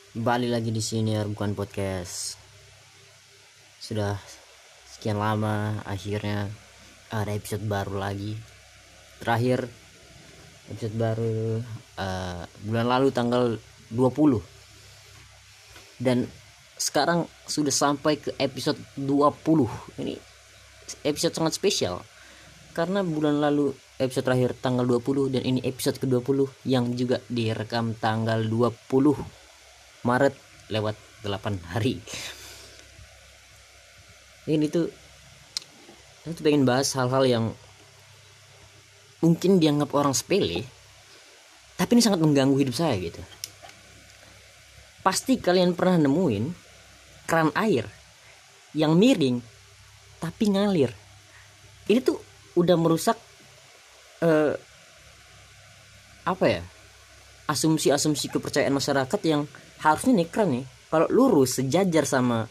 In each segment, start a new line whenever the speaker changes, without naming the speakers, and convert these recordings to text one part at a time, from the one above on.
Balik lagi di sini ya, bukan podcast. Sudah sekian lama akhirnya ada episode baru lagi. Terakhir episode baru bulan lalu tanggal 20. Dan sekarang sudah sampai ke episode 20. Ini episode sangat spesial karena bulan lalu episode terakhir tanggal 20 dan ini episode ke-20 yang juga direkam tanggal 20 Maret lewat 8 hari. Ini tuh saya tuh pengen bahas hal-hal yang mungkin dianggap orang sepele, tapi ini sangat mengganggu hidup saya gitu. Pasti kalian pernah nemuin keran air yang miring tapi ngalir. Ini tuh udah merusak asumsi-asumsi kepercayaan masyarakat yang harusnya nih keran nih kalau lurus sejajar sama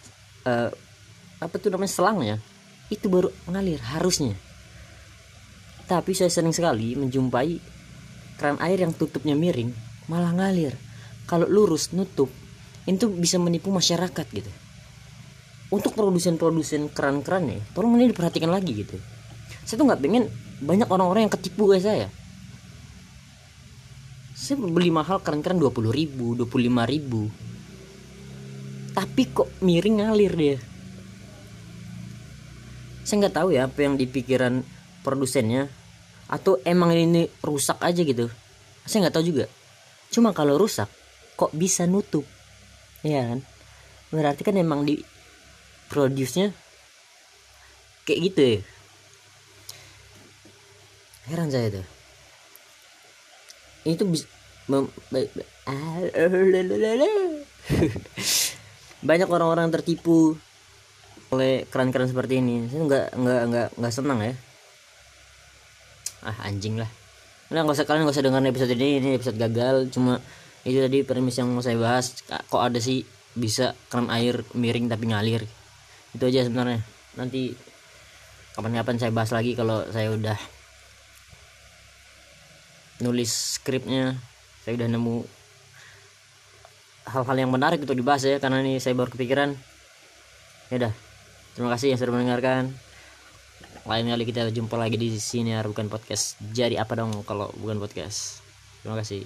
selangnya itu baru ngalir harusnya. Tapi saya sering sekali menjumpai keran air yang tutupnya miring malah ngalir. Kalau lurus nutup itu bisa menipu masyarakat gitu. Untuk produsen-produsen keran-keran nih, tolong ini diperhatikan lagi gitu. Saya tuh nggak pengen banyak orang-orang yang ketipu kayak saya. Saya beli mahal keran-keran 20.000, 25.000. Tapi kok miring ngalir dia. Saya nggak tahu ya apa yang dipikiran produsennya, atau emang ini rusak aja gitu. Saya nggak tahu juga. Cuma kalau rusak kok bisa nutup, ya kan? Berarti kan emang di produce-nya kayak gitu ya. Heran saya tuh. Itu bisa banyak orang-orang tertipu oleh keran-keran seperti ini. Saya nggak senang ya. Anjing lah. Kalian nggak usah dengar episode ini episode gagal. Cuma itu tadi premis yang mau saya bahas. Kok ada sih bisa keran air miring tapi ngalir. Itu aja sebenarnya. Nanti kapan-kapan saya bahas lagi kalau saya udah nulis skripnya, saya udah nemu hal-hal yang menarik untuk dibahas ya, karena ini saya baru kepikiran. Ya udah, terima kasih yang sudah mendengarkan. Lain kali kita jumpa lagi di sini ya, bukan podcast. Jadi apa dong kalau bukan podcast? Terima kasih.